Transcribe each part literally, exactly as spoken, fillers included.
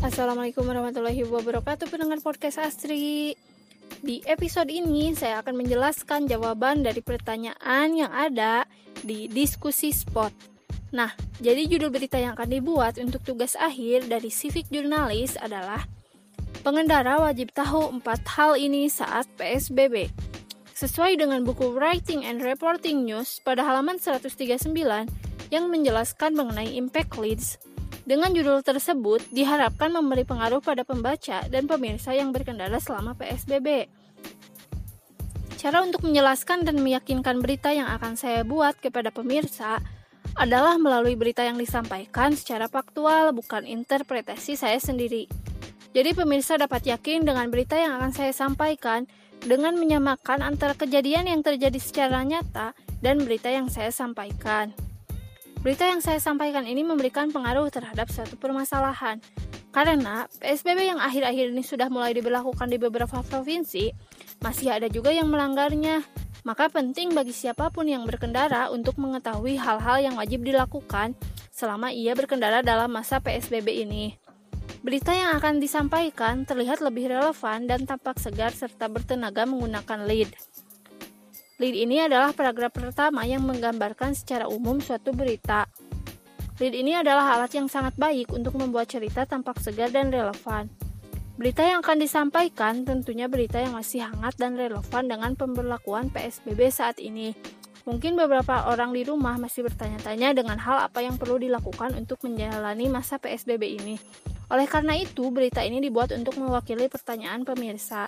Assalamualaikum warahmatullahi wabarakatuh, pendengar podcast Astri. Di episode ini saya akan menjelaskan jawaban dari pertanyaan yang ada di diskusi spot. Nah, jadi judul berita yang akan dibuat untuk tugas akhir dari civic jurnalis adalah pengendara wajib tahu empat hal ini saat P S B B. Sesuai dengan buku Writing and Reporting News pada halaman seratus tiga puluh sembilan yang menjelaskan mengenai impact leads. Dengan judul tersebut, diharapkan memberi pengaruh pada pembaca dan pemirsa yang berkendara selama P S B B. Cara untuk menjelaskan dan meyakinkan berita yang akan saya buat kepada pemirsa adalah melalui berita yang disampaikan secara faktual, bukan interpretasi saya sendiri. Jadi pemirsa dapat yakin dengan berita yang akan saya sampaikan dengan menyamakan antara kejadian yang terjadi secara nyata dan berita yang saya sampaikan. Berita yang saya sampaikan ini memberikan pengaruh terhadap suatu permasalahan. Karena P S B B yang akhir-akhir ini sudah mulai diberlakukan di beberapa provinsi, masih ada juga yang melanggarnya. Maka penting bagi siapapun yang berkendara untuk mengetahui hal-hal yang wajib dilakukan selama ia berkendara dalam masa P S B B ini. Berita yang akan disampaikan terlihat lebih relevan dan tampak segar serta bertenaga menggunakan lead. Lead ini adalah paragraf pertama yang menggambarkan secara umum suatu berita. Lead ini adalah alat yang sangat baik untuk membuat cerita tampak segar dan relevan. Berita yang akan disampaikan tentunya berita yang masih hangat dan relevan dengan pemberlakuan P S B B saat ini. Mungkin beberapa orang di rumah masih bertanya-tanya dengan hal apa yang perlu dilakukan untuk menjalani masa P S B B ini. Oleh karena itu, berita ini dibuat untuk mewakili pertanyaan pemirsa.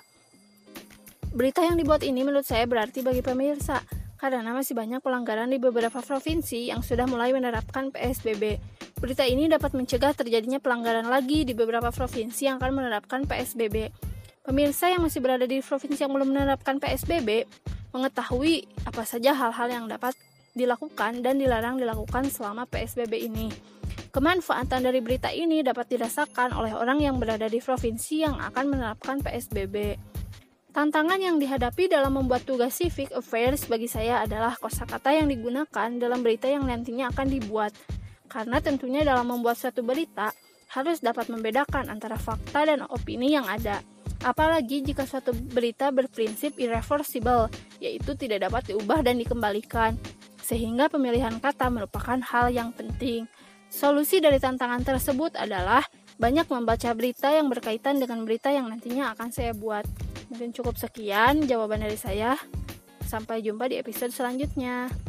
Berita yang dibuat ini menurut saya berarti bagi pemirsa, karena masih banyak pelanggaran di beberapa provinsi yang sudah mulai menerapkan P S B B. Berita ini dapat mencegah terjadinya pelanggaran lagi di beberapa provinsi yang akan menerapkan P S B B. Pemirsa yang masih berada di provinsi yang belum menerapkan P S B B, mengetahui apa saja hal-hal yang dapat dilakukan dan dilarang dilakukan selama P S B B ini. Kemanfaatan dari berita ini dapat dirasakan oleh orang yang berada di provinsi yang akan menerapkan P S B B. Tantangan yang dihadapi dalam membuat tugas civic affairs bagi saya adalah kosakata yang digunakan dalam berita yang nantinya akan dibuat. Karena tentunya dalam membuat suatu berita harus dapat membedakan antara fakta dan opini yang ada. Apalagi jika suatu berita berprinsip irreversible, yaitu tidak dapat diubah dan dikembalikan. Sehingga pemilihan kata merupakan hal yang penting. Solusi dari tantangan tersebut adalah banyak membaca berita yang berkaitan dengan berita yang nantinya akan saya buat. Mungkin cukup sekian jawaban dari saya. Sampai jumpa di episode selanjutnya.